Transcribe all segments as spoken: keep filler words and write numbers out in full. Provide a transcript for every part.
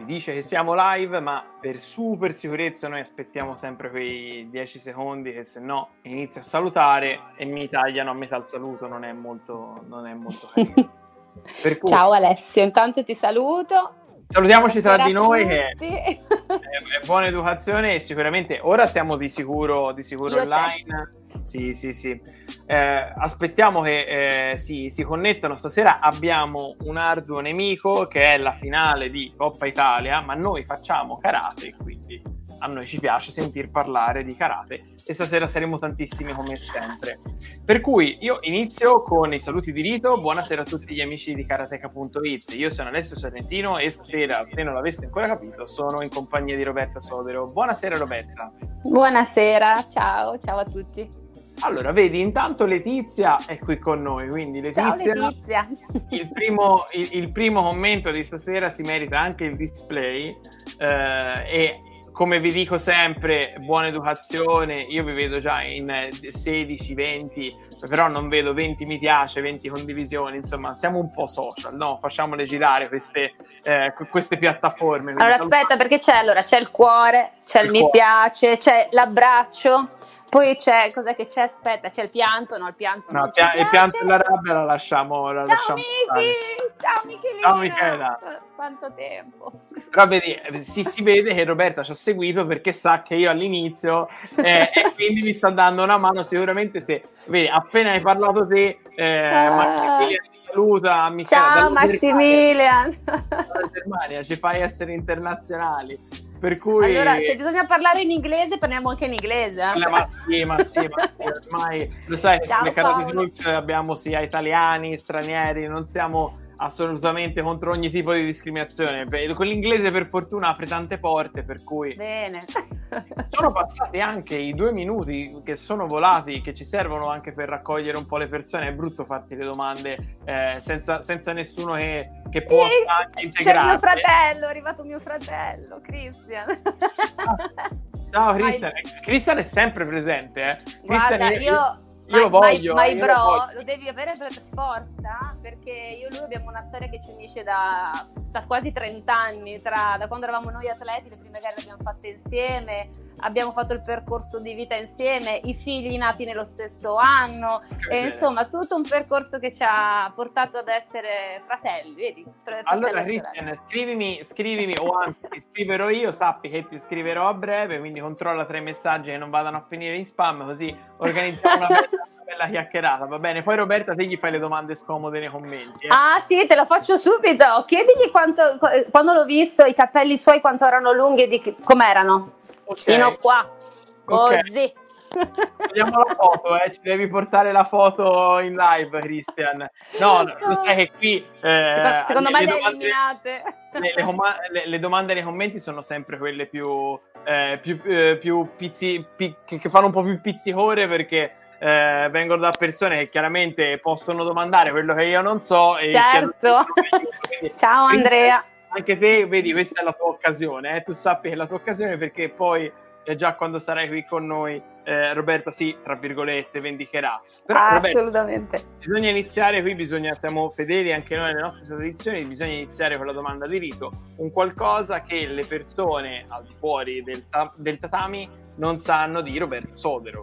dice che siamo live, ma per super sicurezza noi aspettiamo sempre quei dieci secondi che se no inizio a salutare e mi tagliano a metà il saluto, non è molto, non è molto carino. Per cui, ciao Alessio, intanto ti saluto. Salutiamoci tra di Buonasera a noi che tutti. è, è buona educazione e sicuramente ora siamo di sicuro, di sicuro Io online. Sì, sì, sì. Eh, aspettiamo che eh, si, si connettano. Stasera abbiamo un arduo nemico che è la finale di Coppa Italia, ma noi facciamo karate, quindi a noi ci piace sentir parlare di karate e stasera saremo tantissimi come sempre. Per cui io inizio con i saluti di rito. Buonasera a tutti gli amici di karateka punto it. Io sono Alessio Sorrentino e stasera, se non l'aveste ancora capito, sono in compagnia di Roberta Sodero. Buonasera Roberta. Buonasera, ciao, ciao a tutti. Allora, vedi, intanto Letizia è qui con noi, quindi Letizia, ciao Letizia. Il, primo, il, il primo commento di stasera si merita anche il display eh, e come vi dico sempre, buona educazione, io vi vedo già in sedici venti, però non vedo venti mi piace, venti condivisioni, insomma siamo un po' social, no? Facciamole girare queste, eh, queste piattaforme. Allora aspetta, perché c'è, allora, c'è il cuore, c'è il, il mi cuore. piace, c'è l'abbraccio, poi c'è, cos'è che c'è? Aspetta, c'è il pianto, no il pianto no, non pia- il pianto e la rabbia la lasciamo, la ciao lasciamo Miki, ciao Michelina, ciao Michela, quanto tempo. Però vedi, si, si vede che Roberta ci ha seguito perché sa che io all'inizio eh, e quindi mi sta dando una mano sicuramente. Se vedi, appena hai parlato te eh, ah. Maximilian ti saluta, Michela, ciao Maximilian, dalla Germania, ci fai essere internazionali. Per cui... Allora, se bisogna parlare in inglese, parliamo anche in inglese. Eh? Ma sì, ma sì, ma sì, ormai lo sai che sulle Karate Talks abbiamo sia italiani, stranieri, non siamo assolutamente contro ogni tipo di discriminazione. Con l'inglese per fortuna apre tante porte, per cui... Bene. Sono passati anche i due minuti che sono volati, che ci servono anche per raccogliere un po' le persone. È brutto farti le domande eh, senza, senza nessuno che, che possa sì, anche integrarsi. C'è mio fratello, è arrivato mio fratello, Christian. Ah, ciao Christian. Christian è sempre presente. Eh. Guarda, Christian, io... io... Io my, lo voglio, my, my io bro, lo, voglio. Lo devi avere per forza, perché io e lui abbiamo una storia che ci unisce da, da quasi trenta anni, tra, da quando eravamo noi atleti, le prime gare le abbiamo fatte insieme, abbiamo fatto il percorso di vita insieme, i figli nati nello stesso anno, e insomma tutto un percorso che ci ha portato ad essere fratelli, vedi? Allora Christian, scrivimi, scrivimi, o anzi ti scriverò io, sappi che ti scriverò a breve, quindi controlla tre messaggi che non vadano a finire in spam, così organizziamo una bella, una bella chiacchierata, va bene? Poi Roberta, te gli fai le domande scomode nei commenti. Eh? Ah sì, te lo faccio subito, chiedigli quanto, quando l'ho visto, i capelli suoi quanto erano lunghi e di com'erano. Okay. Fino qua, così. Okay. Vediamo la foto, eh. Ci devi portare la foto in live, Christian. No, no, lo sai che qui eh, secondo me le, le domande, eliminate. Le, le, le, le domande nei commenti sono sempre quelle più eh, più, eh, più pizzi, pi, che fanno un po' più pizzicore, perché eh, vengono da persone che chiaramente possono domandare quello che io non so e certo. Quindi, ciao Andrea, anche te, vedi, questa è la tua occasione, eh. Tu sappi che è la tua occasione, perché poi e già quando sarai qui con noi eh, Roberta si, tra virgolette, vendicherà. Però, ah, Roberta, assolutamente. Bisogna iniziare qui, bisogna, siamo fedeli anche noi alle nostre tradizioni, bisogna iniziare con la domanda di rito, un qualcosa che le persone al di fuori del, ta- del tatami non sanno di Roberta Sodero.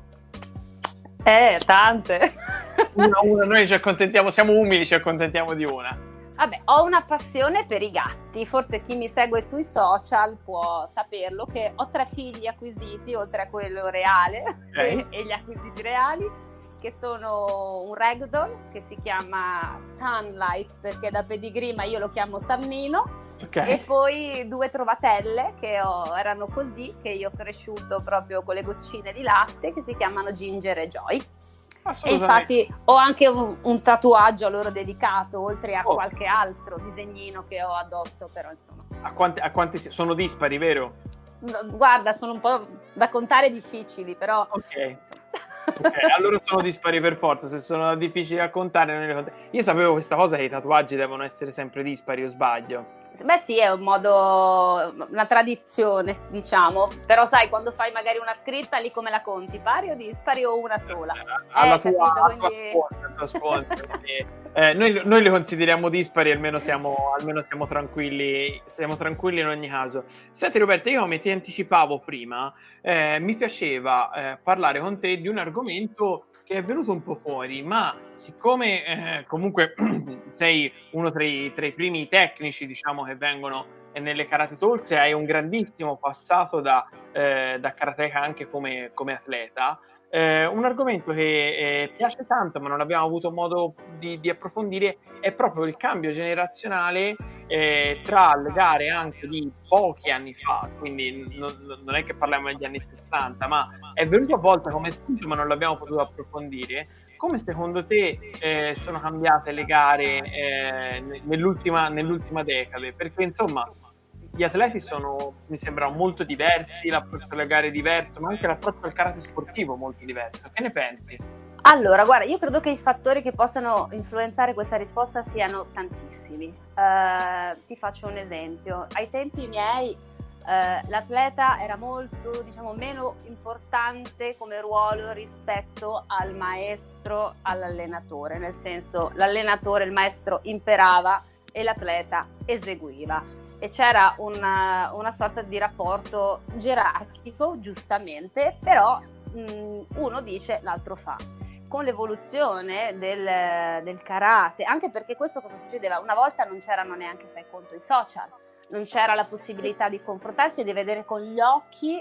Eh, tante. Una, una, noi ci accontentiamo, siamo umili, ci accontentiamo di una. Vabbè, ho una passione per i gatti, forse chi mi segue sui social può saperlo, che ho tre figli acquisiti, oltre a quello reale, okay. e, e gli acquisiti reali, che sono un ragdoll che si chiama Sunlight perché è da pedigree, ma io lo chiamo Sammino, okay. E poi due trovatelle che ho, erano così, che io ho cresciuto proprio con le goccine di latte, che si chiamano Ginger e Joy. E infatti ho anche un, un tatuaggio a loro dedicato, oltre a oh. qualche altro disegnino che ho addosso, però insomma. A quanti, a quanti sono dispari, vero? No, guarda, sono un po' da contare difficili, però... Ok, okay. Allora sono dispari per forza, se sono difficili da contare non li conto. Io sapevo questa cosa che i tatuaggi devono essere sempre dispari, o sbaglio? Beh sì, è un modo, una tradizione, diciamo, però sai, quando fai magari una scritta, lì come la conti? Pari o dispari o una sola? Alla eh, tua, capito, alla quindi... tua sponda, tua sponda, quindi, eh, noi, noi le consideriamo dispari, almeno siamo, almeno siamo tranquilli, siamo tranquilli in ogni caso. Senti Roberta, io come ti anticipavo prima, eh, mi piaceva eh, parlare con te di un argomento che è venuto un po' fuori, ma siccome eh, comunque sei uno tra i, tra i primi tecnici, diciamo, che vengono nelle Karate Talks, hai un grandissimo passato da, eh, da karateka anche come, come atleta, eh, un argomento che eh, piace tanto, ma non abbiamo avuto modo di, di approfondire, è proprio il cambio generazionale eh, tra le gare anche di pochi anni fa, quindi non, non è che parliamo degli anni sessanta, ma è venuto a volte come spunto, ma non l'abbiamo potuto approfondire. Come secondo te eh, sono cambiate le gare eh, nell'ultima, nell'ultima decade? Perché insomma gli atleti sono, mi sembra, molto diversi, l'approccio alle gare è diverso, ma anche l'approccio al karate sportivo molto diverso. Che ne pensi? Allora, guarda, io credo che i fattori che possano influenzare questa risposta siano tantissimi. Uh, ti faccio un esempio. Ai tempi miei uh, l'atleta era molto, diciamo, meno importante come ruolo rispetto al maestro, all'allenatore, nel senso l'allenatore, il maestro imperava e l'atleta eseguiva. E c'era una, una sorta di rapporto gerarchico, giustamente, però mh, uno dice, l'altro fa. Con l'evoluzione del, del karate, anche perché questo cosa succedeva? Una volta non c'erano neanche, fai conto, i social, non c'era la possibilità di confrontarsi e di vedere con gli occhi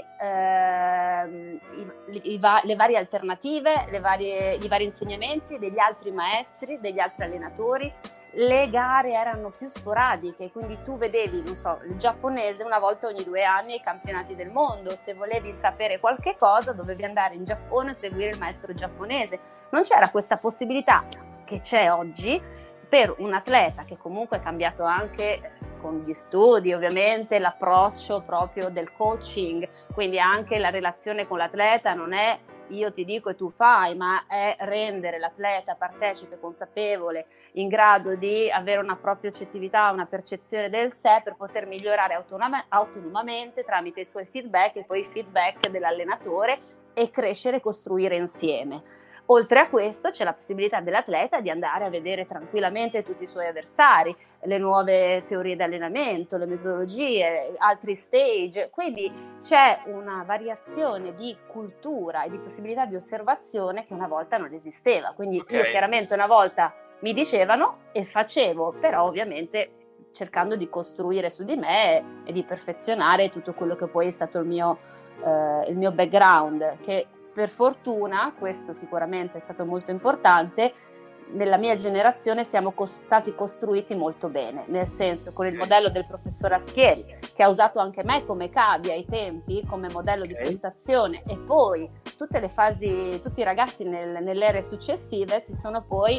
eh, i, i, le varie alternative, le varie, i vari insegnamenti degli altri maestri, degli altri allenatori. Le gare erano più sporadiche, quindi tu vedevi, non so, il giapponese una volta ogni due anni ai campionati del mondo. Se volevi sapere qualche cosa dovevi andare in Giappone e seguire il maestro giapponese. Non c'era questa possibilità che c'è oggi per un atleta che comunque è cambiato anche con gli studi, ovviamente l'approccio proprio del coaching, quindi anche la relazione con l'atleta non è io ti dico e tu fai, ma è rendere l'atleta partecipe, consapevole, in grado di avere una propria oggettività, una percezione del sé per poter migliorare autonoma- autonomamente tramite i suoi feedback e poi i feedback dell'allenatore e crescere e costruire insieme. Oltre a questo c'è la possibilità dell'atleta di andare a vedere tranquillamente tutti i suoi avversari, le nuove teorie di allenamento, le metodologie, altri stage, quindi c'è una variazione di cultura e di possibilità di osservazione che una volta non esisteva. Quindi okay. Io chiaramente una volta mi dicevano e facevo, però ovviamente cercando di costruire su di me e di perfezionare tutto quello che poi è stato il mio, eh, il mio background, che per fortuna, questo sicuramente è stato molto importante, nella mia generazione siamo cos- stati costruiti molto bene, nel senso con il modello del professor Aschieri, che ha usato anche me come cavia ai tempi, come modello okay. di prestazione, e poi tutte le fasi, tutti i ragazzi nel, nelle ere successive si sono poi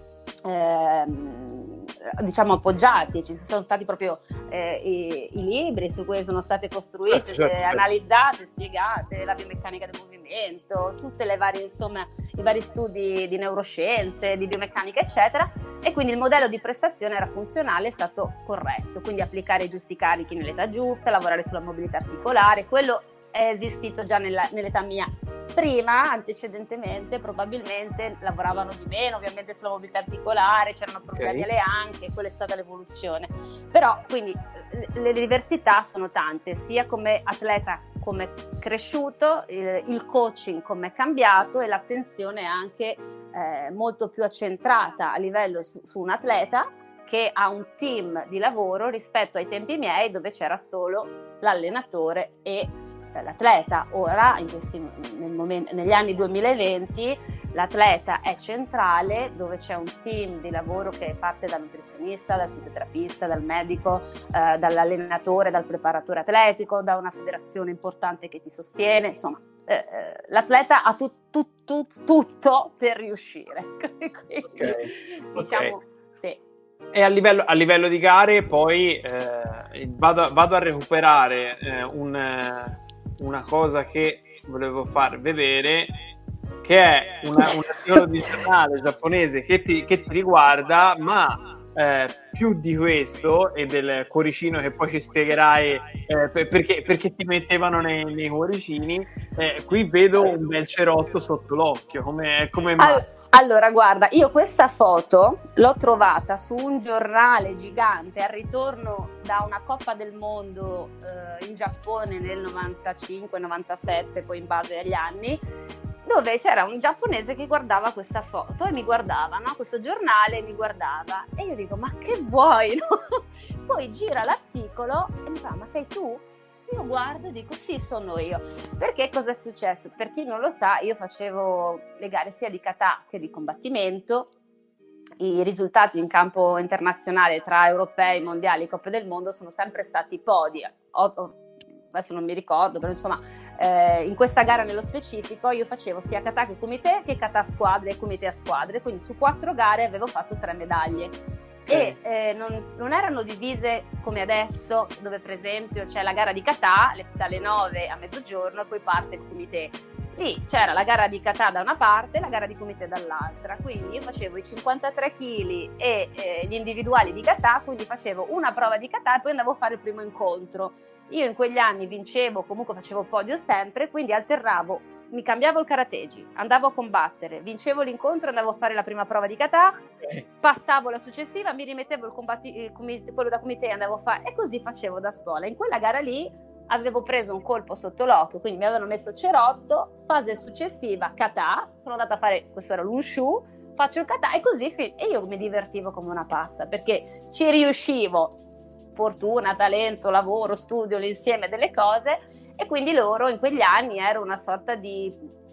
ehm, diciamo appoggiati, ci sono stati proprio eh, i, i libri su cui sono state costruite, certo, certo. analizzate, spiegate la biomeccanica del movimento, tutte le varie, insomma, i vari studi di neuroscienze, di biomeccanica eccetera, e quindi il modello di prestazione era funzionale, è stato corretto, quindi applicare i giusti carichi nell'età giusta, lavorare sulla mobilità articolare, quello è esistito già nella, nell'età mia. Prima, antecedentemente, probabilmente lavoravano di meno, ovviamente sulla mobilità articolare, c'erano problemi okay. alle anche, quella è stata l'evoluzione. Però, quindi, le diversità sono tante, sia come atleta come cresciuto, il, il coaching come è cambiato e l'attenzione anche eh, molto più accentrata a livello su, su un atleta che ha un team di lavoro rispetto ai tempi miei dove c'era solo l'allenatore e l'atleta. Ora, in questi, nel momento, negli anni duemilaventi, l'atleta è centrale, dove c'è un team di lavoro che parte dal nutrizionista, dal fisioterapista, dal medico, eh, dall'allenatore, dal preparatore atletico, da una federazione importante che ti sostiene, insomma, eh, l'atleta ha tu, tu, tu, tutto per riuscire. Quindi, okay. diciamo, okay. sì. E a livello, a livello di gare, poi eh, vado, vado a recuperare eh, un... una cosa che volevo far vedere, che è una, un articolo di giornale giapponese che ti, che ti riguarda, ma eh, più di questo e del cuoricino che poi ci spiegherai eh, per, perché, perché ti mettevano nei, nei cuoricini, eh, qui vedo un bel cerotto sotto l'occhio, come, come mai? All- allora guarda, io questa foto l'ho trovata su un giornale gigante al ritorno da una Coppa del Mondo eh, in Giappone nel novantacinque novantasette, poi in base agli anni, dove c'era un giapponese che guardava questa foto e mi guardava, no? Questo giornale mi guardava e io dico, ma che vuoi? No? Poi gira l'articolo e mi fa, ma sei tu? Io guardo e dico, sì, sono io. Perché cosa è successo? Per chi non lo sa, io facevo le gare sia di kata che di combattimento. I risultati in campo internazionale tra europei, mondiali, Coppe del Mondo sono sempre stati podi. O, o, adesso non mi ricordo, però insomma eh, in questa gara nello specifico io facevo sia kata che kumite che kata a squadre e kumite a squadre, quindi su quattro gare avevo fatto tre medaglie. Okay. E eh, non, non erano divise come adesso, dove per esempio c'è la gara di kata le, dalle nove a mezzogiorno e poi parte il kumite. Lì c'era la gara di kata da una parte e la gara di kumite dall'altra, quindi io facevo i cinquantatré chili e eh, gli individuali di kata, quindi facevo una prova di kata e poi andavo a fare il primo incontro. Io in quegli anni vincevo, comunque facevo podio sempre, quindi alternavo, mi cambiavo il karategi, andavo a combattere, vincevo l'incontro, andavo a fare la prima prova di kata, okay. Passavo la successiva, mi rimettevo il combatti, il comite, quello da kumite, andavo a fare, e così facevo da scuola. In quella gara lì avevo preso un colpo sotto l'occhio, quindi mi avevano messo cerotto, fase successiva kata, sono andata a fare, questo era l'unshu, faccio il kata e così, e io mi divertivo come una pazza, perché ci riuscivo, fortuna, talento, lavoro, studio, l'insieme delle cose, e quindi loro in quegli anni ero una sorta di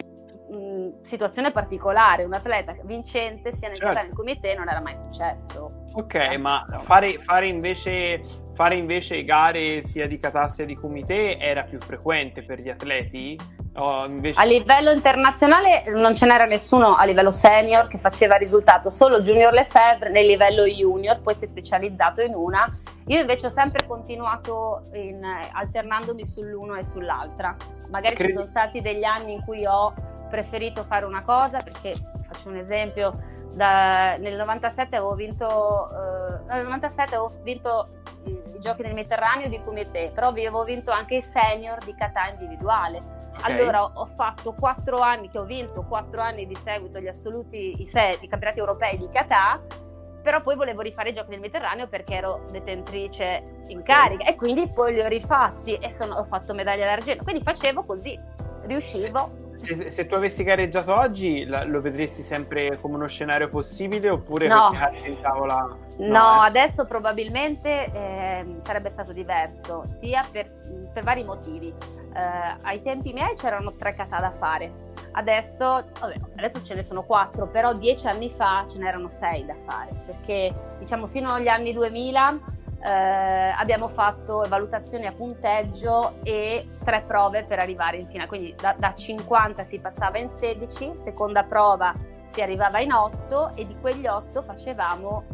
mh, situazione particolare, un atleta vincente sia nel certo. kata che nel kumite non era mai successo. Ok, eh, ma fare, fare invece fare invece gare sia di kata sia di kumite era più frequente per gli atleti? O invece... A livello internazionale non ce n'era nessuno a livello senior che faceva risultato, solo Junior Lefebvre nel livello junior, poi si è specializzato in una. Io invece ho sempre continuato in, alternandomi sull'uno e sull'altra. Magari Credi... ci sono stati degli anni in cui ho preferito fare una cosa, perché faccio un esempio, da, nel novantasette avevo vinto eh, nel novantasette avevo vinto i, i giochi del Mediterraneo di kumite, però avevo vinto anche i senior di kata individuale. Okay. Allora ho fatto quattro anni che ho vinto quattro anni di seguito gli assoluti, i, sei, i campionati europei di kata, però poi volevo rifare i giochi del Mediterraneo perché ero detentrice in carica, okay. E quindi poi li ho rifatti e sono, ho fatto medaglia d'argento, quindi facevo così, riuscivo. Se, se, se tu avessi gareggiato oggi la, lo vedresti sempre come uno scenario possibile oppure no. queste gare in tavola? No, no eh. Adesso probabilmente eh, sarebbe stato diverso, sia per, per vari motivi. Eh, ai tempi miei c'erano tre kata da fare, adesso, vabbè, adesso ce ne sono quattro, però dieci anni fa ce n'erano sei da fare, perché diciamo fino agli anni duemila eh, abbiamo fatto valutazioni a punteggio e tre prove per arrivare in finale, quindi da, da cinquanta si passava in sedici, seconda prova si arrivava in otto e di quegli otto facevamo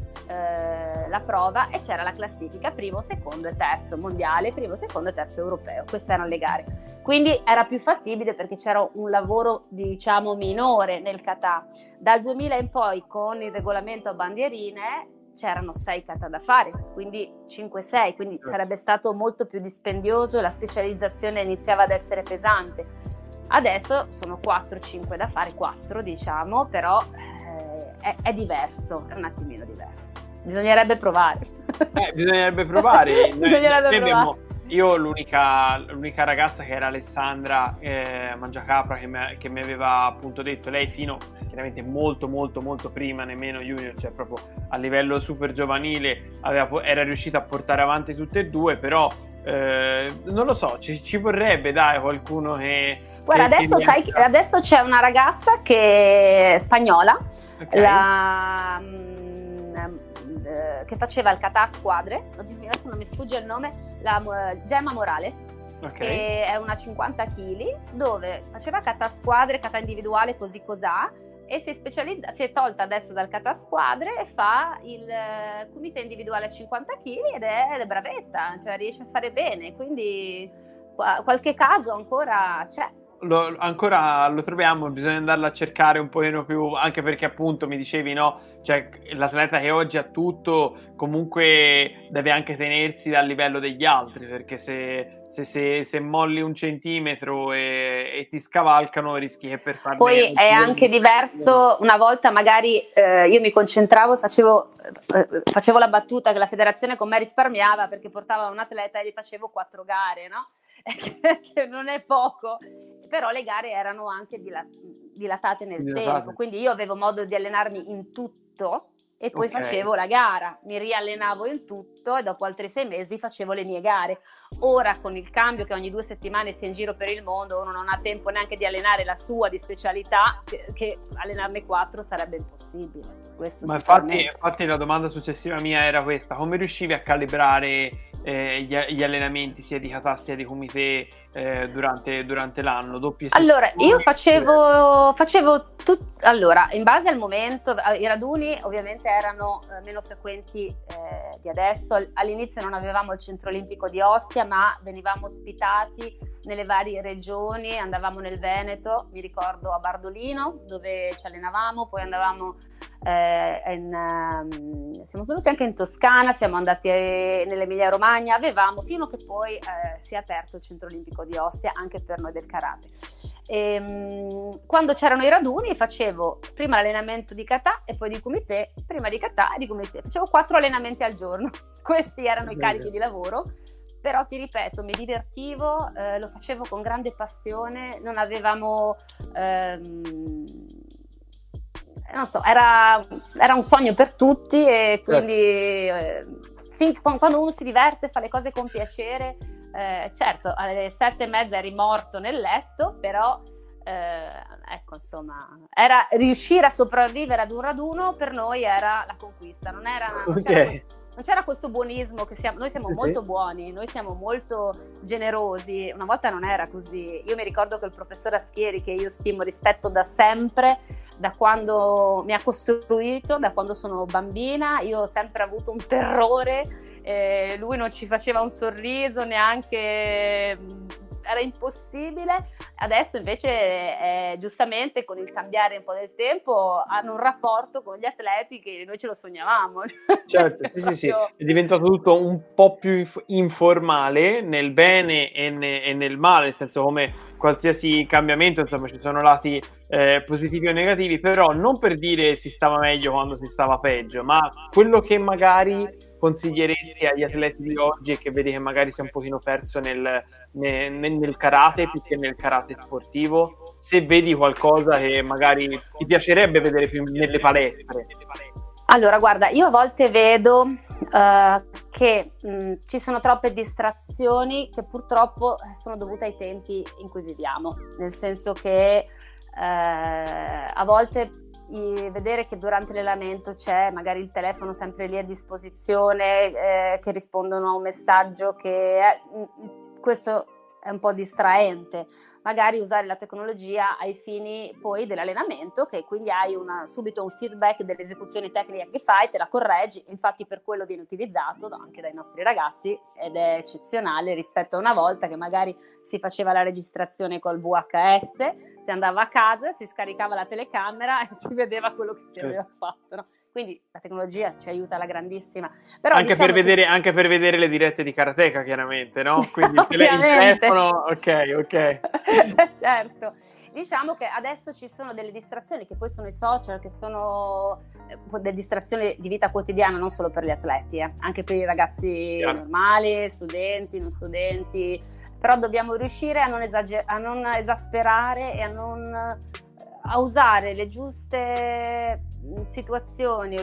eh, la prova e c'era la classifica primo, secondo e terzo mondiale, primo, secondo e terzo europeo. Queste erano le gare, quindi era più fattibile perché c'era un lavoro diciamo minore nel kata. Dal duemila in poi con il regolamento a bandierine c'erano sei kata da fare, quindi cinque sei, quindi certo. Sarebbe stato molto più dispendioso, la specializzazione iniziava ad essere pesante. Adesso sono quattro cinque da fare, quattro diciamo, però eh, è, è diverso, è un attimino diverso. Bisognerebbe provare. Eh, bisognerebbe provare. bisognerebbe noi, provare. Abbiamo, io l'unica, l'unica ragazza che era Alessandra eh, Mangiacapra che, me, che mi aveva appunto detto, lei fino chiaramente molto molto molto prima, nemmeno junior, cioè proprio a livello super giovanile aveva, era riuscita a portare avanti tutte e due, però eh, non lo so, ci, ci vorrebbe dai qualcuno che... Guarda, che, adesso, che sai, anche... adesso c'è una ragazza che è spagnola, okay. la, mh, che faceva il kata a squadre, adesso non mi sfugge il nome, la uh, Gemma Morales, okay. Che è una cinquanta chili, dove faceva kata a squadre, kata individuale, così cos'ha, e si è specializza, si è tolta adesso dal kata a squadre e fa il uh, kumite individuale a cinquanta chili ed è, ed è bravetta, cioè riesce a fare bene, quindi qua, qualche caso ancora c'è. lo, ancora lo troviamo, bisogna andarlo a cercare un pochino più, anche perché appunto mi dicevi, no? Cioè l'atleta che oggi ha tutto comunque deve anche tenersi dal livello degli altri, perché se, se, se, se molli un centimetro e, e ti scavalcano rischi che per farne... Poi è anche diverso, una volta magari eh, io mi concentravo e facevo, eh, facevo la battuta che la federazione con me risparmiava perché portava un atleta e gli facevo quattro gare, no? Che non è poco, però le gare erano anche dila- dilatate nel dilatate. tempo, quindi io avevo modo di allenarmi in tutto e poi okay. facevo la gara, mi riallenavo in tutto e dopo altri sei mesi facevo le mie gare. Ora con il cambio che ogni due settimane si è in giro per il mondo, uno non ha tempo neanche di allenare la sua di specialità, che, che allenarne quattro sarebbe impossibile. Questo Ma infatti, infatti la domanda successiva mia era questa: come riuscivi a calibrare eh, gli, gli allenamenti sia di kata sia di kumite eh, durante, durante l'anno? Doppie allora io facevo facevo tut- allora in base al momento i raduni ovviamente erano eh, meno frequenti eh, di adesso. All'inizio non avevamo il centro olimpico di Ostia, ma venivamo ospitati nelle varie regioni, andavamo nel Veneto, mi ricordo a Bardolino dove ci allenavamo, poi andavamo eh, in, um, siamo venuti anche in Toscana, siamo andati eh, nell'Emilia Romagna, avevamo fino che poi eh, si è aperto il centro olimpico di Ostia anche per noi del karate. E, um, quando c'erano i raduni facevo prima l'allenamento di kata e poi di kumite, prima di kata e di kumite, facevo quattro allenamenti al giorno. Questi erano i carichi di lavoro, però ti ripeto, mi divertivo, eh, lo facevo con grande passione, non avevamo ehm, non so, era, era un sogno per tutti e quindi eh, fin, quando uno si diverte, fa le cose con piacere, eh, certo alle sette e mezza eri morto nel letto, però eh, ecco insomma era riuscire a sopravvivere ad un raduno, per noi era la conquista, non era, non c'era, okay. questo, non c'era questo buonismo che siamo, noi siamo sì. molto buoni, noi siamo molto generosi, una volta non era così. Io mi ricordo che il professor Aschieri, che io stimo, rispetto da sempre, da quando mi ha costruito, da quando sono bambina, io ho sempre avuto un terrore, eh, lui non ci faceva un sorriso neanche, era impossibile. Adesso invece eh, giustamente con il cambiare un po' del tempo hanno un rapporto con gli atleti che noi ce lo sognavamo. Certo, sì, sì, sì, è diventato tutto un po' più inf- informale nel bene e, ne- e nel male, nel senso, come qualsiasi cambiamento, insomma, ci sono lati eh, positivi o negativi, però non per dire si stava meglio quando si stava peggio, ma quello che magari consiglieresti agli atleti di oggi e che vedi che magari si è un pochino perso nel, nel, nel karate più che nel karate sportivo, se vedi qualcosa che magari ti piacerebbe vedere più nelle palestre. Allora, guarda, io a volte vedo uh, che mh, ci sono troppe distrazioni che purtroppo sono dovute ai tempi in cui viviamo, nel senso che uh, a volte i, vedere che durante l'allenamento c'è magari il telefono sempre lì a disposizione, eh, che rispondono a un messaggio che è, mh, questo è un po' distraente. Magari usare la tecnologia ai fini poi dell'allenamento, che quindi hai una, subito un feedback dell'esecuzione tecnica che fai, te la correggi, infatti per quello viene utilizzato anche dai nostri ragazzi ed è eccezionale rispetto a una volta che magari si faceva la registrazione col V H S, si andava a casa, si scaricava la telecamera e si vedeva quello che si aveva fatto, no? Quindi la tecnologia ci aiuta alla grandissima. Però, anche, diciamo, per vedere, ci... anche per vedere le dirette di Karateka, chiaramente, no? Quindi il, tele- il telefono, ok, ok. Certo. Diciamo che adesso ci sono delle distrazioni che poi sono i social, che sono delle distrazioni di vita quotidiana, non solo per gli atleti, eh. Anche per i ragazzi yeah. normali, studenti, non studenti, però dobbiamo riuscire a non, esager- a non esasperare e a non a usare le giuste situazioni,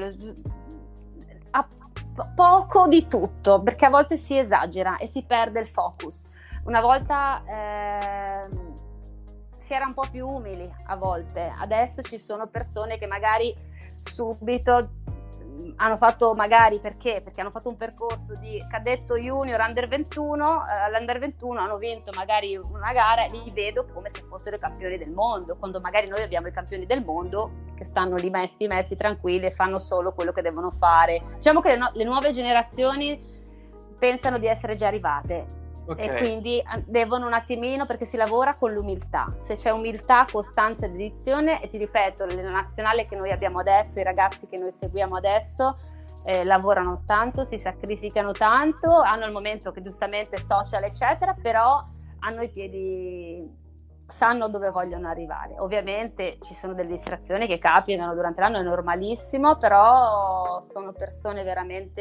a poco di tutto, perché a volte si esagera e si perde il focus. Una volta eh, si era un po' più umili, a volte adesso ci sono persone che magari subito hanno fatto, magari perché? Perché hanno fatto un percorso di cadetto junior under ventuno, eh, all'under ventuno hanno vinto magari una gara, li vedo come se fossero i campioni del mondo, quando magari noi abbiamo i campioni del mondo che stanno lì messi, messi tranquilli e fanno solo quello che devono fare. Diciamo che le, no- le nuove generazioni pensano di essere già arrivate. Okay. E quindi devono un attimino, perché si lavora con l'umiltà. Se c'è umiltà, costanza e dedizione, e ti ripeto, la nazionale che noi abbiamo adesso, i ragazzi che noi seguiamo adesso, eh, lavorano tanto, si sacrificano tanto, hanno il momento che giustamente social eccetera, però hanno i piedi, sanno dove vogliono arrivare. Ovviamente ci sono delle distrazioni che capitano durante l'anno, è normalissimo, però sono persone veramente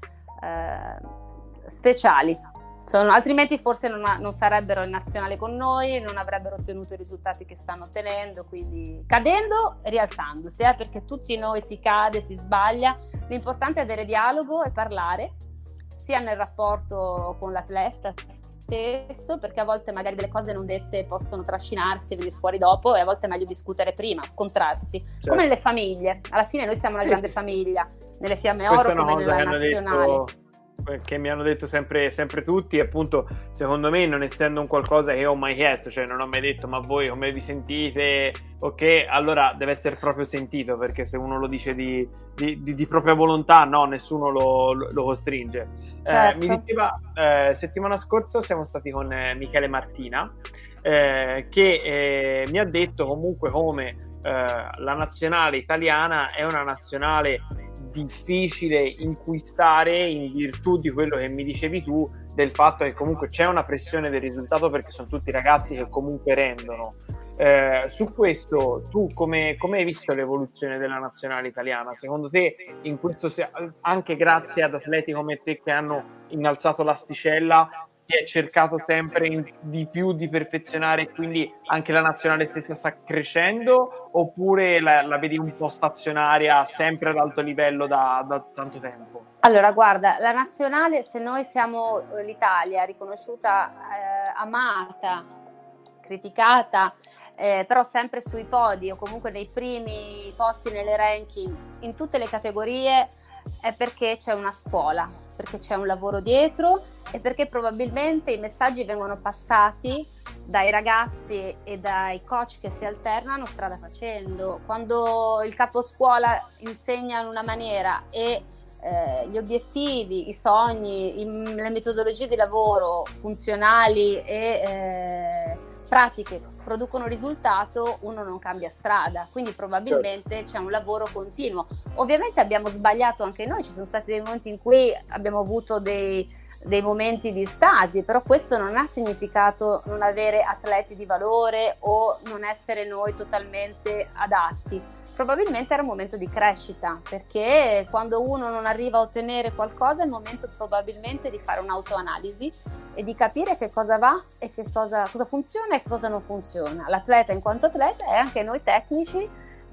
eh, speciali. Sono, altrimenti forse non, ha, non sarebbero in nazionale con noi, non avrebbero ottenuto i risultati che stanno ottenendo, quindi cadendo e rialzandosi, eh, perché tutti noi si cade, si sbaglia. L'importante è avere dialogo e parlare, sia nel rapporto con l'atleta stesso, perché a volte magari delle cose non dette possono trascinarsi e venire fuori dopo, e a volte è meglio discutere prima, scontrarsi, certo. Come nelle famiglie. Alla fine noi siamo una sì, grande sì. famiglia, nelle Fiamme Oro come nella nazionale. Detto... che mi hanno detto sempre, sempre tutti, appunto, secondo me, non essendo un qualcosa che ho mai chiesto, cioè non ho mai detto ma voi come vi sentite, ok, allora deve essere proprio sentito, perché se uno lo dice di, di, di, di propria volontà, no, nessuno lo, lo costringe. Certo. Eh, mi diceva, eh, settimana scorsa siamo stati con eh, Michele Martina, eh, che eh, mi ha detto comunque come eh, la nazionale italiana è una nazionale difficile in cui stare, in virtù di quello che mi dicevi tu, del fatto che comunque c'è una pressione del risultato, perché sono tutti ragazzi che comunque rendono. Eh, su questo tu come, come hai visto l'evoluzione della nazionale italiana? Secondo te in questo, anche grazie ad atleti come te che hanno innalzato l'asticella, si è cercato sempre in, di più di perfezionare, e quindi anche la nazionale stessa sta crescendo, oppure la, la vedi un po' stazionaria, sempre ad alto livello da, da tanto tempo? Allora guarda, la nazionale, se noi siamo l'Italia riconosciuta, eh, amata, criticata, eh, però sempre sui podi o comunque nei primi posti nelle ranking in tutte le categorie, è perché c'è una scuola, perché c'è un lavoro dietro e perché probabilmente i messaggi vengono passati dai ragazzi e dai coach che si alternano strada facendo. Quando il caposcuola insegna in una maniera e eh, gli obiettivi, i sogni, i, le metodologie di lavoro funzionali e eh, pratiche producono risultato, uno non cambia strada, quindi probabilmente c'è un lavoro continuo. Ovviamente abbiamo sbagliato anche noi, ci sono stati dei momenti in cui abbiamo avuto dei, dei momenti di stasi, però questo non ha significato non avere atleti di valore o non essere noi totalmente adatti. Probabilmente era un momento di crescita, perché quando uno non arriva a ottenere qualcosa è il momento probabilmente di fare un'autoanalisi e di capire che cosa va e che cosa, cosa funziona e cosa non funziona. L'atleta in quanto atleta e anche noi tecnici.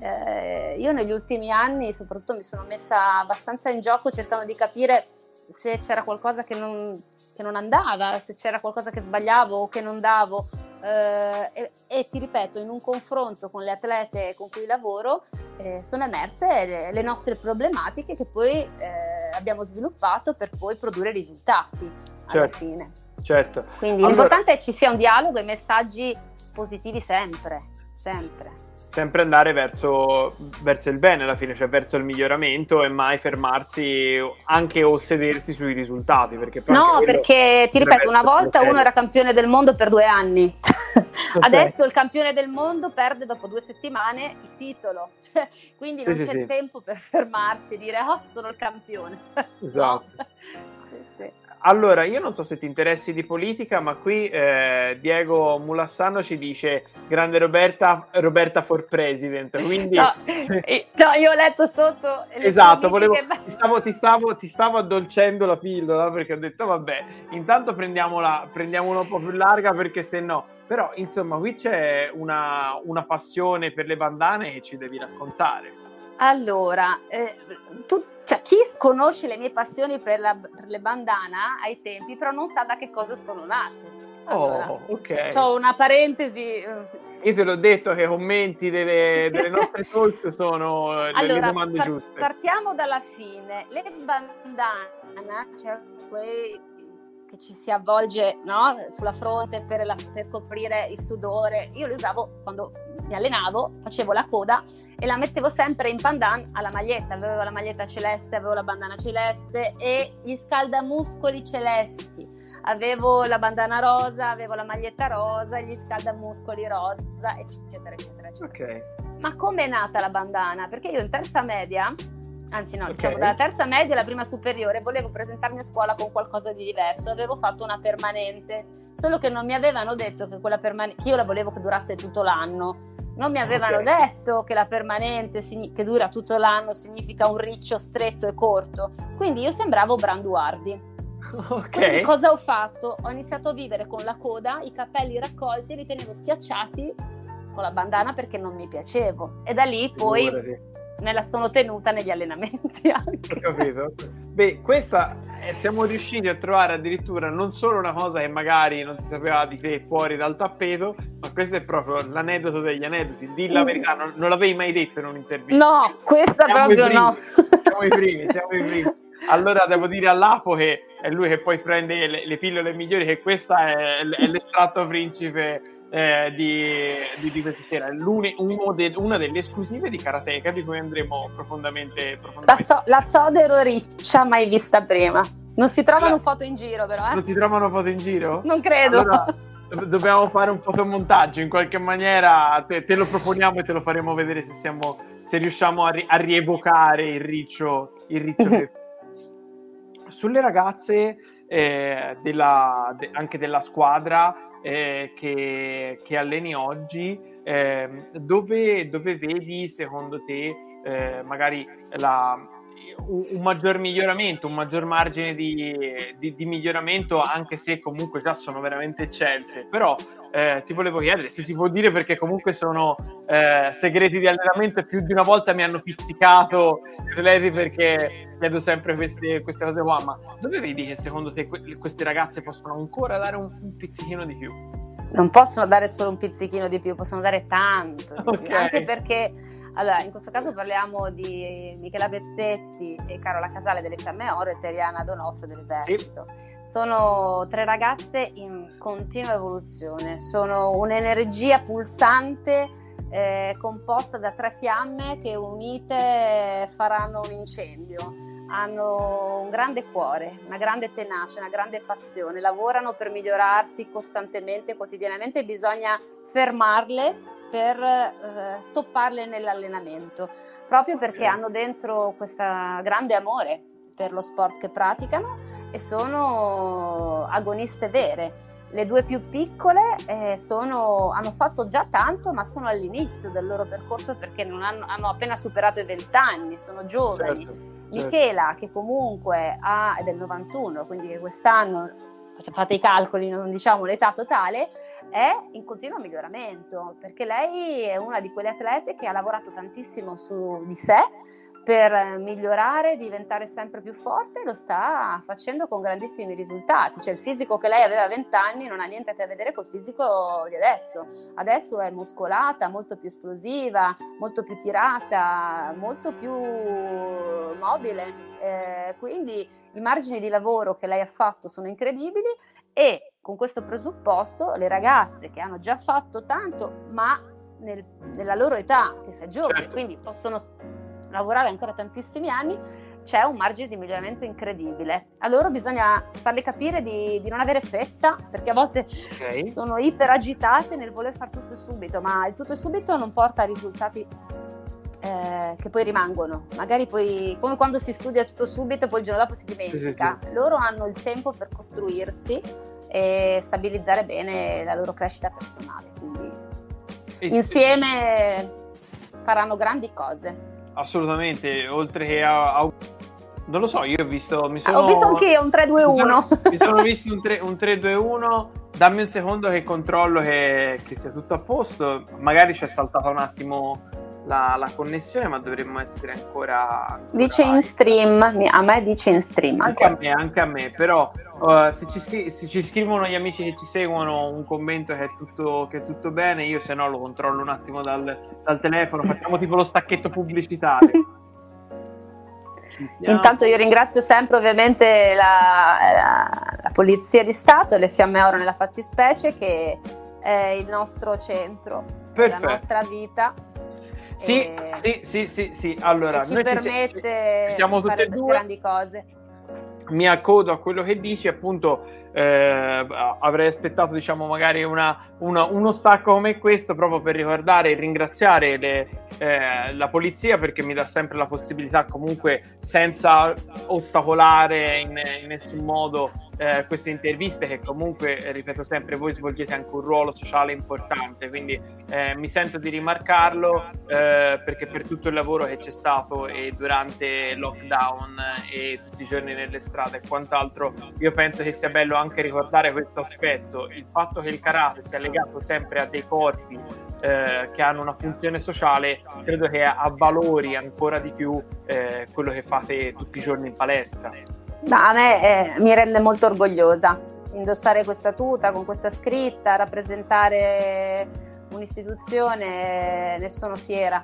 Eh, io negli ultimi anni soprattutto mi sono messa abbastanza in gioco cercando di capire se c'era qualcosa che non, che non andava, se c'era qualcosa che sbagliavo o che non davo. Uh, e, e ti ripeto, in un confronto con le atlete con cui lavoro eh, sono emerse le, le nostre problematiche che poi eh, abbiamo sviluppato per poi produrre risultati alla certo, fine. Certo. Quindi allora, l'importante è che ci sia un dialogo e messaggi positivi sempre, sempre. Sempre andare verso, verso il bene alla fine, cioè verso il miglioramento e mai fermarsi anche o sedersi sui risultati. Perché poi no, perché ti ripeto, una volta uno era campione del mondo per due anni, okay. Adesso il campione del mondo perde dopo due settimane il titolo, cioè, quindi sì, non sì, c'è sì. tempo per fermarsi e dire oh sono il campione. Esatto. No. Sì, sì. Allora, io non so se ti interessi di politica, ma qui eh, Diego Mulassano ci dice grande Roberta, Roberta for President, quindi... No, no io ho letto sotto... Esatto, volevo, che... ti, stavo, ti, stavo, ti stavo addolcendo la pillola, perché ho detto vabbè, intanto prendiamola, prendiamola un po' più larga, perché se no... Però, insomma, qui c'è una, una passione per le bandane che ci devi raccontare. Allora, eh, tu, cioè, chi conosce le mie passioni per, la, per le bandana ai tempi, però non sa da che cosa sono nate. Allora, oh, ok. C'ho una parentesi. Io te l'ho detto che i commenti delle, delle nostre talks sono allora, le domande par- giuste. Partiamo dalla fine. Le bandana, cioè quei che ci si avvolge, no, sulla fronte per, la, per coprire il sudore, io le usavo quando mi allenavo, facevo la coda e la mettevo sempre in pandan alla maglietta, avevo la maglietta celeste, avevo la bandana celeste e gli scaldamuscoli celesti, avevo la bandana rosa, avevo la maglietta rosa, gli scaldamuscoli rosa, eccetera, eccetera, eccetera. Okay. Ma come è nata la bandana? Perché io in terza media, anzi no, okay. diciamo dalla terza media alla prima superiore, volevo presentarmi a scuola con qualcosa di diverso, avevo fatto una permanente, solo che non mi avevano detto che quella permanente, che io la volevo che durasse tutto l'anno, non mi avevano okay. detto che la permanente che dura tutto l'anno significa un riccio stretto e corto, quindi io sembravo Branduardi. Okay. Quindi cosa ho fatto? Ho iniziato a vivere con la coda, i capelli raccolti, li tenevo schiacciati con la bandana perché non mi piacevo, e da lì poi me la sono tenuta negli allenamenti anche. Ho capito. Beh, questa eh, siamo riusciti a trovare addirittura non solo una cosa che magari non si sapeva di te fuori dal tappeto, ma questo è proprio l'aneddoto degli aneddoti. Di la verità, non, non l'avevi mai detto in un'intervista. No, questa siamo proprio no. Siamo i primi, siamo i primi. Allora devo dire all'Apo, che è lui che poi prende le, le pillole migliori, che questa è, è l'estratto principe eh, di, di, di questa sera. È uno de, una delle esclusive di Karateka, di cui andremo profondamente, profondamente. La, so, la Sodero riccia, mai vista prima. Non si trovano la, foto in giro però, eh? Non si trovano foto in giro? Non credo. Allora, dobbiamo fare un fotomontaggio, in qualche maniera te, te lo proponiamo e te lo faremo vedere se, siamo, se riusciamo a, ri, a rievocare il riccio, il riccio sulle ragazze eh, della, de, anche della squadra eh, che, che alleni oggi, eh, dove, dove vedi secondo te eh, magari la, un, un maggior miglioramento, un maggior margine di, di, di miglioramento, anche se comunque già sono veramente eccelse, però eh, ti volevo chiedere se si può dire, perché comunque sono eh, segreti di allenamento e più di una volta mi hanno pizzicato perché chiedo sempre queste, queste cose qua, ma dove vedi che secondo te que- queste ragazze possono ancora dare un, un pizzichino di più? Non possono dare solo un pizzichino di più, possono dare tanto di okay. più, anche perché allora in questo caso parliamo di Michela Bezzetti e Carola Casale delle Fiamme Oro e Teriana Donofrio dell'Esercito. Sì. Sono tre ragazze in continua evoluzione, sono un'energia pulsante eh, composta da tre fiamme che unite faranno un incendio. Hanno un grande cuore, una grande tenacia, una grande passione, lavorano per migliorarsi costantemente, quotidianamente, e bisogna fermarle per eh, stopparle nell'allenamento, proprio perché hanno dentro questo grande amore per lo sport che praticano e sono agoniste vere. Le due più piccole eh, sono, hanno fatto già tanto, ma sono all'inizio del loro percorso perché non hanno, hanno appena superato i vent'anni, sono giovani. Certo. Michela, che comunque ha, è del novantuno, quindi che quest'anno, fate i calcoli, non diciamo l'età totale, è in continuo miglioramento, perché lei è una di quelle atlete che ha lavorato tantissimo su di sé per migliorare, diventare sempre più forte, e lo sta facendo con grandissimi risultati. Cioè il fisico che lei aveva a venti anni non ha niente a che vedere col fisico di adesso. Adesso è muscolata, molto più esplosiva, molto più tirata, molto più mobile, eh, quindi i margini di lavoro che lei ha fatto sono incredibili, e con questo presupposto le ragazze che hanno già fatto tanto, ma nel, nella loro età, che sei giovane, certo. quindi possono lavorare ancora tantissimi anni, c'è un margine di miglioramento incredibile. A loro bisogna farle capire di, di non avere fretta, perché a volte okay. sono iperagitate nel voler fare tutto subito, ma il tutto subito non porta a risultati eh, che poi rimangono. Magari poi, come quando si studia tutto subito e poi il giorno dopo si dimentica. Sì, sì, sì. Loro hanno il tempo per costruirsi e stabilizzare bene la loro crescita personale, quindi e insieme faranno grandi cose. Assolutamente, oltre che a, a... non lo so, io ho visto mi sono, ho visto anche io un tre due uno, mi sono, mi sono visto un, tre, un tre due uno. Dammi un secondo che controllo che, che sia tutto a posto. Magari c'è saltata un attimo la, la connessione, ma dovremmo essere ancora, ancora dice in stream, a me dice in stream anche a me, anche a me, però uh, se, ci scri- se ci scrivono gli amici che ci seguono un commento che è tutto, che è tutto bene, io se no lo controllo un attimo dal, dal telefono, facciamo tipo lo stacchetto pubblicitario. Intanto io ringrazio sempre ovviamente la, la, la Polizia di Stato e le Fiamme Oro nella fattispecie, che è il nostro centro, la nostra vita. Sì, e, sì, sì, sì, sì. Allora, ci noi permette ci siamo, ci siamo di fare tutte e due grandi cose. mi accodo a quello che dici, appunto. Eh, avrei aspettato, diciamo, magari una, una, uno stacco come questo proprio per ricordare e ringraziare le, eh, la polizia, perché mi dà sempre la possibilità, comunque senza ostacolare in, in nessun modo eh, queste interviste, che comunque, ripeto sempre, voi svolgete anche un ruolo sociale importante, quindi eh, mi sento di rimarcarlo, eh, perché per tutto il lavoro che c'è stato e durante il lockdown e tutti i giorni nelle strade e quant'altro, io penso che sia bello anche ricordare questo aspetto, il fatto che il karate sia legato sempre a dei corpi eh, che hanno una funzione sociale, credo che avvalori ancora di più eh, quello che fate tutti i giorni in palestra. Ma a me eh, mi rende molto orgogliosa indossare questa tuta con questa scritta, rappresentare un'istituzione, ne sono fiera.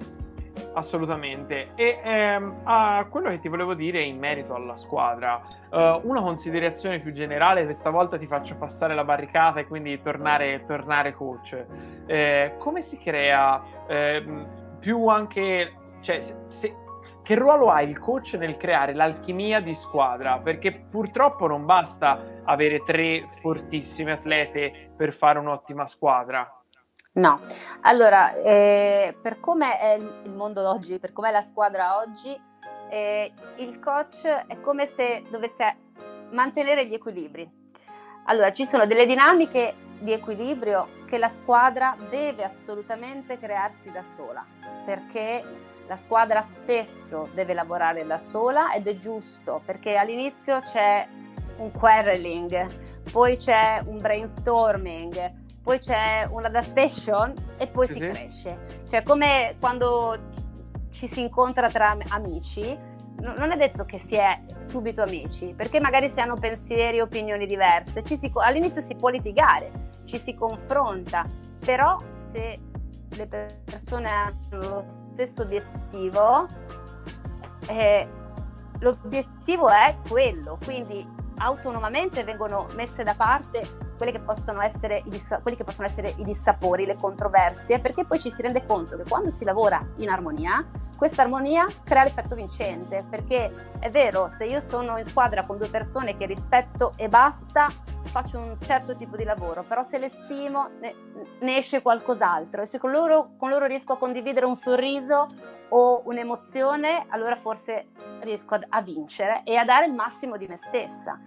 Assolutamente. E ehm, a quello che ti volevo dire in merito alla squadra, uh, una considerazione più generale, questa volta ti faccio passare la barricata e quindi tornare, tornare coach. Eh, come si crea eh, più anche, cioè, se, se, che ruolo ha il coach nel creare l'alchimia di squadra? Perché purtroppo non basta avere tre fortissime atlete per fare un'ottima squadra. No, allora, eh, per come è il mondo oggi, per come è la squadra oggi, eh, il coach è come se dovesse mantenere gli equilibri. Allora, ci sono delle dinamiche di equilibrio che la squadra deve assolutamente crearsi da sola, perché la squadra spesso deve lavorare da sola ed è giusto, perché all'inizio c'è un quarreling, poi c'è un brainstorming, poi c'è un'adaptation e poi sì, si sì. cresce. Cioè, come quando ci si incontra tra amici, non è detto che si è subito amici, perché magari si hanno pensieri e opinioni diverse. Ci si, all'inizio si può litigare, ci si confronta, però se le persone hanno lo stesso obiettivo, eh, l'obiettivo è quello, quindi autonomamente vengono messe da parte quelli che possono essere i dissa- quelli che possono essere i dissapori, le controversie, perché poi ci si rende conto che quando si lavora in armonia, questa armonia crea l'effetto vincente, perché è vero, se io sono in squadra con due persone che rispetto e basta, faccio un certo tipo di lavoro, però se le stimo ne, ne esce qualcos'altro, e se con loro, con loro riesco a condividere un sorriso o un'emozione, allora forse riesco a, a vincere e a dare il massimo di me stessa.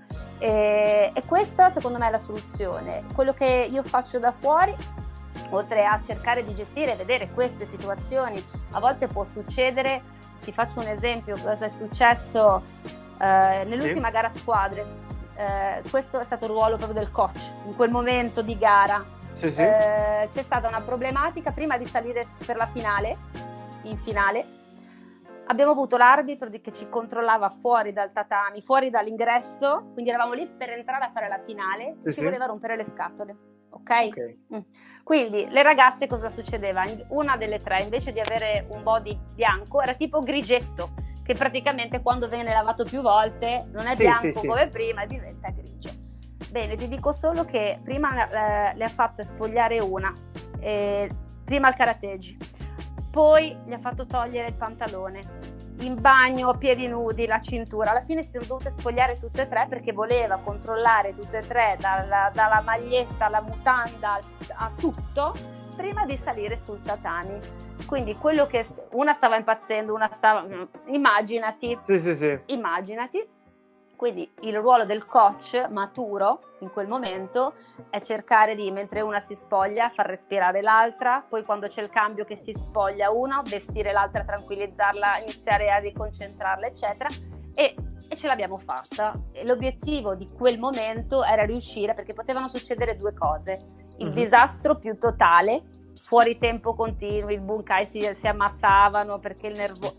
E, e questa secondo me è la soluzione. Quello che io faccio da fuori, oltre a cercare di gestire e vedere queste situazioni, a volte può succedere, ti faccio un esempio, cosa è successo eh, nell'ultima sì. gara a squadre, eh, questo è stato il ruolo proprio del coach, in quel momento di gara sì, sì. Eh, c'è stata una problematica prima di salire per la finale, in finale, abbiamo avuto l'arbitro che ci controllava fuori dal tatami, fuori dall'ingresso, quindi eravamo lì per entrare a fare la finale, sì, ci sì. voleva rompere le scatole, ok? okay. Mm. Quindi le ragazze cosa succedeva? Una delle tre, invece di avere un body bianco, era tipo grigetto, che praticamente quando viene lavato più volte non è sì, bianco sì, come sì. prima, diventa grigio. Bene, ti dico solo che prima eh, le ha fatte spogliare una, eh, prima il karateji, poi gli ha fatto togliere il pantalone, in bagno a piedi nudi, la cintura, alla fine si sono dovute spogliare tutte e tre perché voleva controllare tutte e tre, dalla, dalla maglietta alla mutanda a tutto, prima di salire sul tatami. Quindi quello che una stava impazzendo, una stava, immaginati, sì, sì, sì. immaginati. Quindi il ruolo del coach maturo in quel momento è cercare di, mentre una si spoglia, far respirare l'altra, poi quando c'è il cambio che si spoglia una, vestire l'altra, tranquillizzarla, iniziare a riconcentrarla, eccetera. E, e ce l'abbiamo fatta. E l'obiettivo di quel momento era riuscire, perché potevano succedere due cose. Il uh-huh. disastro più totale, fuori tempo continuo, il bunkai si, si ammazzavano perché il nervo...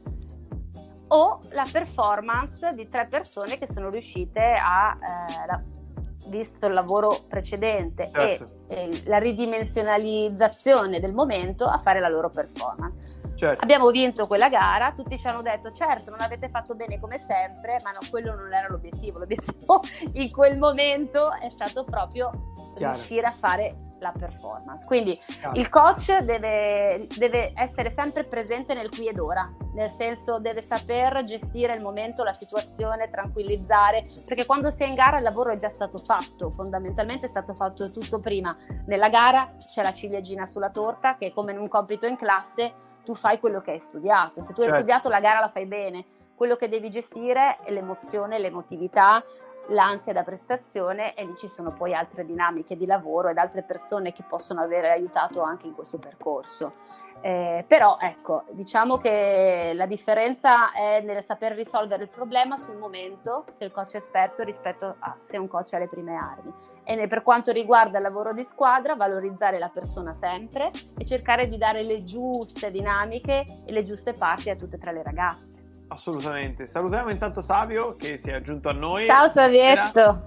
o la performance di tre persone che sono riuscite a, eh, la, visto il lavoro precedente certo. e, e la ridimensionalizzazione del momento, a fare la loro performance. Certo. Abbiamo vinto quella gara, tutti ci hanno detto certo non avete fatto bene come sempre, ma no, quello non era l'obiettivo, l'obiettivo in quel momento è stato proprio Chiaro. riuscire a fare la performance. Quindi il coach deve, deve essere sempre presente nel qui ed ora, nel senso deve saper gestire il momento, la situazione, tranquillizzare, perché quando sei in gara il lavoro è già stato fatto, fondamentalmente è stato fatto tutto prima. Nella gara c'è la ciliegina sulla torta, che è come in un compito in classe, tu fai quello che hai studiato, se tu hai certo. studiato la gara la fai bene, quello che devi gestire è l'emozione, l'emotività, l'ansia da prestazione, e lì ci sono poi altre dinamiche di lavoro ed altre persone che possono aver aiutato anche in questo percorso. Eh, però ecco, diciamo che la differenza è nel saper risolvere il problema sul momento, se il coach è esperto, rispetto a se un coach ha le prime armi. E ne, per quanto riguarda il lavoro di squadra, valorizzare la persona sempre e cercare di dare le giuste dinamiche e le giuste parti a tutte e tre le ragazze. Assolutamente. Salutiamo intanto Savio che si è aggiunto a noi. Ciao Savietto.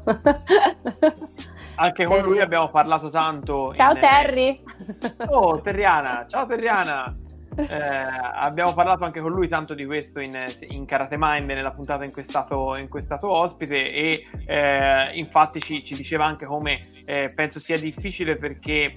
Anche con Terry. Lui abbiamo parlato tanto. Ciao in... Terry. Oh, Terriana. Ciao Terriana. Eh, abbiamo parlato anche con lui tanto di questo in, in Karate Mind, nella puntata in cui è stato, in cui è stato ospite, e eh, infatti ci, ci diceva anche come eh, penso sia difficile perché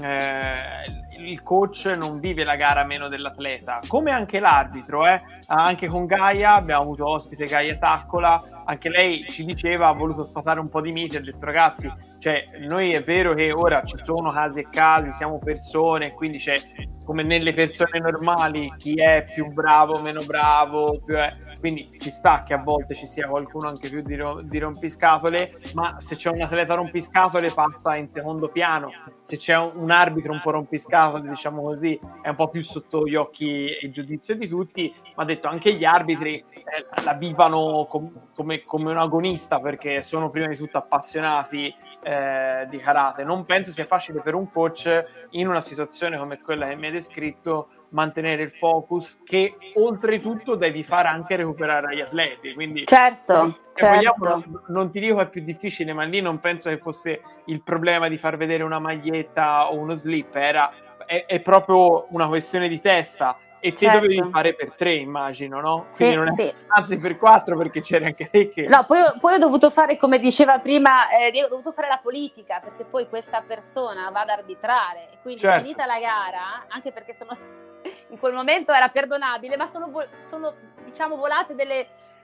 eh, il coach non vive la gara meno dell'atleta, come anche l'arbitro. Eh. Anche con Gaia abbiamo avuto ospite Gaia Taccola, anche lei ci diceva, ha voluto sfatare un po' di miti, ha detto ragazzi, cioè noi è vero che ora ci sono casi e casi, siamo persone, quindi c'è come nelle persone normali chi è più bravo, meno bravo, più è... quindi ci sta che a volte ci sia qualcuno anche più di, ro- di rompiscatole, ma se c'è un atleta rompiscatole passa in secondo piano, se c'è un, un arbitro un po' rompiscatole, diciamo così, è un po' più sotto gli occhi e il giudizio di tutti, ma ha detto anche gli arbitri eh, la vivano com- come, come un agonista, perché sono prima di tutto appassionati eh, di karate. Non penso sia facile per un coach in una situazione come quella che mi hai descritto mantenere il focus, che oltretutto devi fare anche recuperare agli atleti, quindi certo, se certo. vogliamo, non, non ti dico è più difficile, ma lì non penso che fosse il problema di far vedere una maglietta o uno slip, era è, è proprio una questione di testa, e te certo. dovevi fare per tre, immagino, no? Sì, quindi non è sì. anzi per quattro, perché c'era anche te che... No, poi, poi ho dovuto fare, come diceva prima, eh, ho dovuto fare la politica, perché poi questa persona va ad arbitrare, e quindi certo. finita la gara, anche perché sono in quel momento era perdonabile, ma sono, sono diciamo volate delle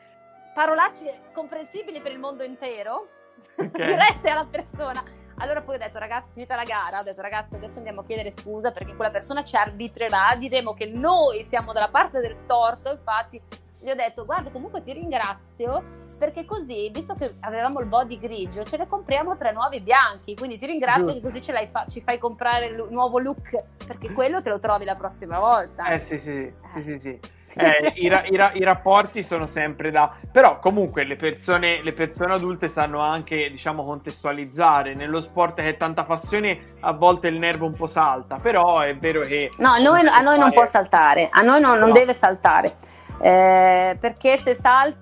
parolacce comprensibili per il mondo intero, okay. dirette alla persona. Allora poi ho detto ragazzi, finita la gara, ho detto ragazzi adesso andiamo a chiedere scusa perché quella persona ci arbitrerà, diremo che noi siamo dalla parte del torto. Infatti gli ho detto guarda, comunque ti ringrazio perché così, visto che avevamo il body grigio, ce ne compriamo tre nuovi bianchi, quindi ti ringrazio Giusto. Che così ce l'hai fa- ci fai comprare il nuovo look, perché quello te lo trovi la prossima volta. Eh sì sì, eh. sì, sì, sì. Eh, i, ra- i, ra- i rapporti sono sempre da... Però comunque le persone, le persone adulte sanno anche, diciamo, contestualizzare. Nello sport che è tanta passione, a volte il nervo un po' salta, però è vero che... No, a noi, a noi non può saltare, a noi non, non deve saltare, eh, perché se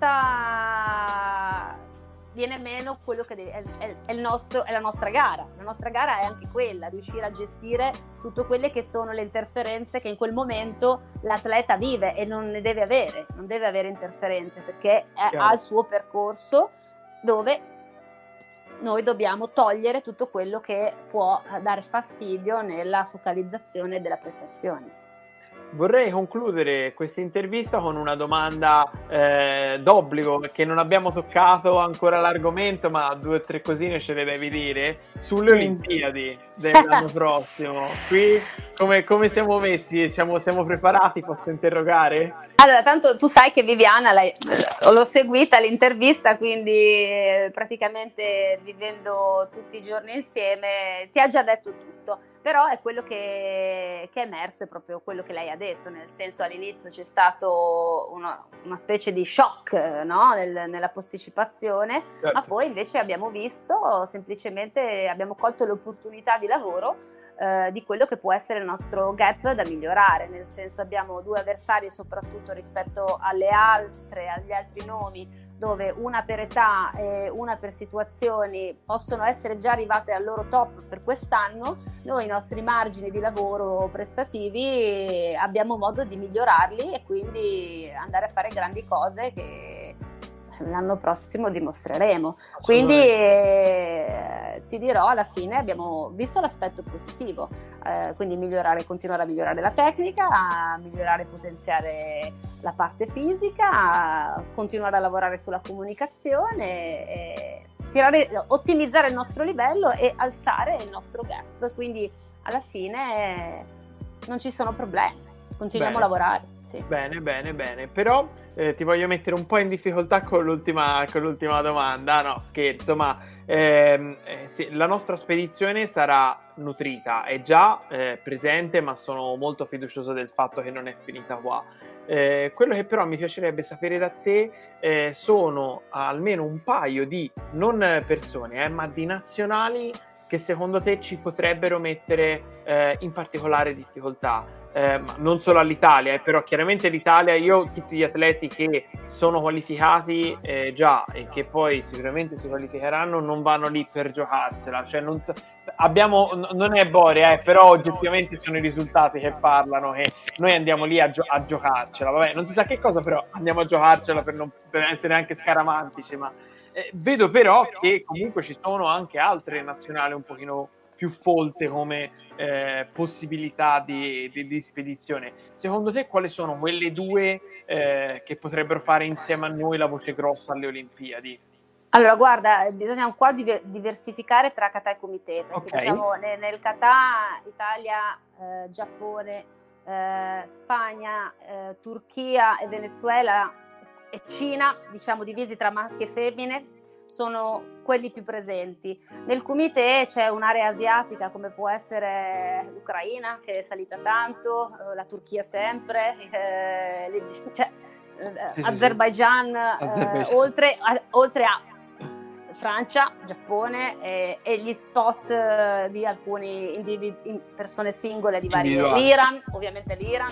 salta viene meno quello che deve, è, è, è, il nostro, è la nostra gara. La nostra gara è anche quella, riuscire a gestire tutte quelle che sono le interferenze che in quel momento l'atleta vive, e non ne deve avere, non deve avere interferenze, perché è, ha il suo percorso dove noi dobbiamo togliere tutto quello che può dare fastidio nella focalizzazione della prestazione. Vorrei concludere questa intervista con una domanda eh, d'obbligo, perché non abbiamo toccato ancora l'argomento, ma due o tre cosine ce le devi dire sulle mm. Olimpiadi dell'anno prossimo. Qui come, come siamo messi? Siamo, siamo preparati? Posso interrogare? Allora, tanto tu sai che Viviana l'hai, l'ho seguita l'intervista, quindi praticamente vivendo tutti i giorni insieme ti ha già detto tutto. Però è quello che, che è emerso, è proprio quello che lei ha detto, nel senso all'inizio c'è stato una, una specie di shock, no? Nel, nella posticipazione, certo. ma poi invece abbiamo visto, semplicemente abbiamo colto l'opportunità di lavoro eh, di quello che può essere il nostro gap da migliorare, nel senso abbiamo due avversari soprattutto rispetto alle altre, agli altri nomi, dove una per età e una per situazioni possono essere già arrivate al loro top per quest'anno. Noi i nostri margini di lavoro prestativi abbiamo modo di migliorarli e quindi andare a fare grandi cose che l'anno prossimo dimostreremo. Quindi eh, ti dirò, alla fine abbiamo visto l'aspetto positivo, eh, quindi migliorare, continuare a migliorare la tecnica, a migliorare e potenziare la parte fisica, a continuare a lavorare sulla comunicazione, e tirare, ottimizzare il nostro livello e alzare il nostro gap. Quindi alla fine eh, non ci sono problemi, continuiamo Bene. a lavorare. Sì. Bene, bene, bene. Però eh, ti voglio mettere un po' in difficoltà con l'ultima, con l'ultima domanda. No, scherzo, ma ehm, eh, sì, la nostra spedizione sarà nutrita, è già eh, presente, ma sono molto fiducioso del fatto che non è finita qua. Eh, quello che però mi piacerebbe sapere da te eh, sono almeno un paio di, non persone, eh, ma di nazionali che secondo te ci potrebbero mettere eh, in particolare difficoltà. Eh, ma non solo all'Italia, eh, però chiaramente l'Italia, io tutti gli atleti che sono qualificati eh, già e che poi sicuramente si qualificheranno non vanno lì per giocarsela, cioè non so, abbiamo, n- non è Borea, eh, però oggettivamente sono i risultati che parlano, che noi andiamo lì a, gio- a giocarcela, vabbè, non si sa che cosa, però andiamo a giocarcela per non per essere anche scaramantici, ma eh, vedo però che comunque ci sono anche altre nazionali un pochino più folte come eh, possibilità di, di, di spedizione. Secondo te quali sono quelle due eh, che potrebbero fare insieme a noi la voce grossa alle Olimpiadi? Allora, guarda, bisogna un po' diver- diversificare tra kata e comité, perché Okay. diciamo nel, nel kata Italia, eh, Giappone, eh, Spagna, eh, Turchia e Venezuela e Cina, diciamo divisi tra maschi e femmine, sono quelli più presenti. Nel comité c'è un'area asiatica come può essere l'Ucraina, che è salita tanto, eh, la Turchia sempre, eh, l'Eg- cioè, eh, Sì, sì, Azerbaijan, sì. eh, Azerbaijan. oltre, a, oltre a Francia, Giappone e, e gli spot eh, di alcuni individu- in persone singole di varie, Individuali. l'Iran, ovviamente l'Iran,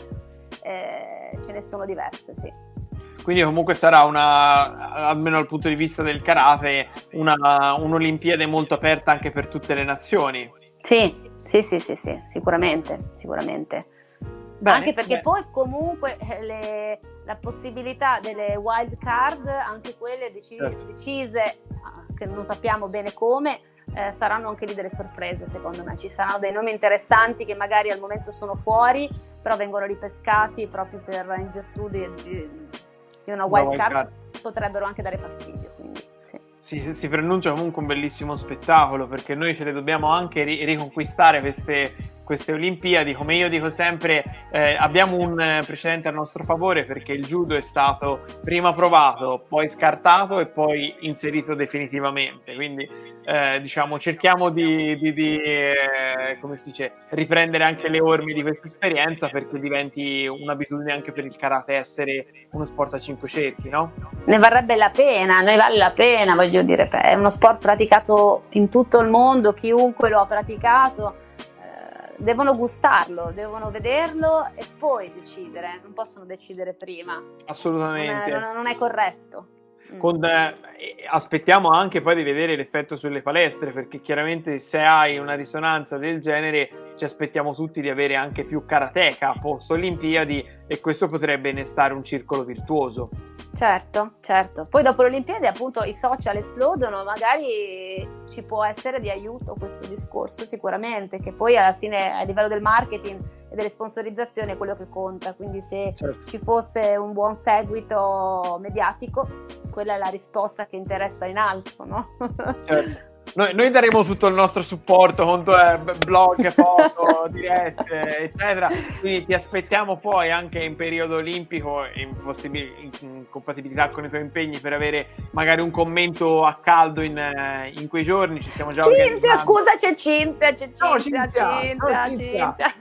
eh, ce ne sono diverse, sì. Quindi comunque sarà una, almeno dal punto di vista del karate, una, un'Olimpiade molto aperta anche per tutte le nazioni. Sì, sì, sì, sì, sì, sicuramente, sicuramente. Bene, Anche perché bene. poi comunque eh, le, la possibilità delle wild card, anche quelle deci- Certo. decise, ah, che non sappiamo bene come, eh, saranno anche lì delle sorprese, secondo me. Ci saranno dei nomi interessanti che magari al momento sono fuori, però vengono ripescati proprio per, in virtù di, di, di una wild, wild card, card. potrebbero anche dare fastidio, quindi sì. Si, si preannuncia comunque un bellissimo spettacolo, perché noi ce le dobbiamo anche ri- riconquistare queste, queste Olimpiadi. Come io dico sempre, eh, abbiamo un eh, precedente a nostro favore, perché il judo è stato prima provato, poi scartato e poi inserito definitivamente. Quindi eh, diciamo cerchiamo di, di, di eh, come si dice, riprendere anche le orme di questa esperienza, perché diventi un'abitudine anche per il karate essere uno sport a cinque cerchi, no? Ne varrebbe la pena, ne vale la pena, voglio dire, è uno sport praticato in tutto il mondo, chiunque lo ha praticato, eh, devono gustarlo, devono vederlo e poi decidere, non possono decidere prima. Assolutamente. Non è, non- non è corretto. Mm. Con, eh, aspettiamo anche poi di vedere l'effetto sulle palestre, perché chiaramente se hai una risonanza del genere ci aspettiamo tutti di avere anche più karateka post Olimpiadi, e questo potrebbe innestare un circolo virtuoso. Certo, certo. Poi dopo le Olimpiadi appunto i social esplodono, magari ci può essere di aiuto questo discorso sicuramente, che poi alla fine a livello del marketing e delle sponsorizzazioni è quello che conta, quindi se Certo. ci fosse un buon seguito mediatico, quella è la risposta che interessa in alto, no? Certo. Noi, noi daremo tutto il nostro supporto con eh, blog, foto, dirette, eccetera. Quindi ti aspettiamo poi anche in periodo olimpico, in, possibil- in, in compatibilità con i tuoi impegni, per avere magari un commento a caldo in, eh, in quei giorni. Ci stiamo già Cinzia, organizzando. scusa, c'è Cinzia, c'è Ciao, Cinzia, Cinzia. Cinzia, Ciao, Cinzia. Cinzia.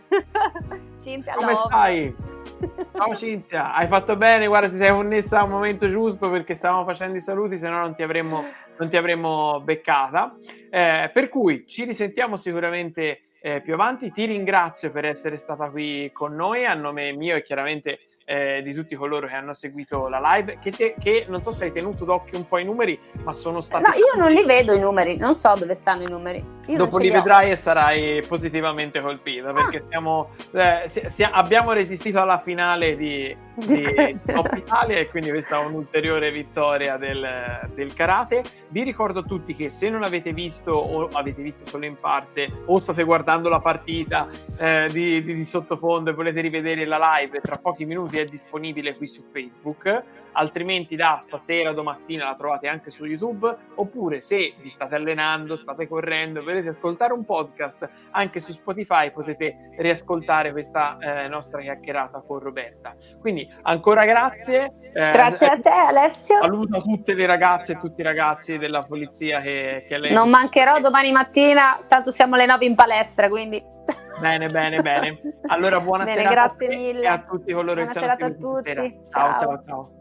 Cinzia, Come love. stai? Ciao Cinzia, hai fatto bene, guarda, ti sei connessa al momento giusto, perché stavamo facendo i saluti, se no non ti avremmo, non ti avremmo beccata. Eh, per cui ci risentiamo sicuramente eh, più avanti. Ti ringrazio per essere stata qui con noi, a nome mio e chiaramente eh, di tutti coloro che hanno seguito la live, che, te, che non so se hai tenuto d'occhio un po' i numeri, ma sono stati... No, io non li vedo i numeri, non so dove stanno i numeri. Io Dopo non ce li li ho. vedrai e sarai positivamente colpita, perché Ah. siamo, eh, si- si- abbiamo resistito alla finale di di Coppa Italia, e quindi questa è un'ulteriore vittoria del, del karate. Vi ricordo a tutti che se non avete visto o avete visto solo in parte o state guardando la partita eh, di, di, di sottofondo e volete rivedere la live, tra pochi minuti è disponibile qui su Facebook, altrimenti da stasera domattina la trovate anche su YouTube, oppure se vi state allenando, state correndo, volete ascoltare un podcast anche su Spotify, potete riascoltare questa eh, nostra chiacchierata con Roberta. Quindi ancora grazie. Eh, grazie a te, Alessio. Saluto tutte le ragazze e tutti i ragazzi della polizia che, che lei... Non mancherò domani mattina, tanto siamo alle nove in palestra, quindi... Bene, bene, bene. Allora buona bene, serata grazie a te mille. e a tutti coloro buona che ci hanno seguito. Buona serata a tutti. Ciao, Ciao, ciao, ciao.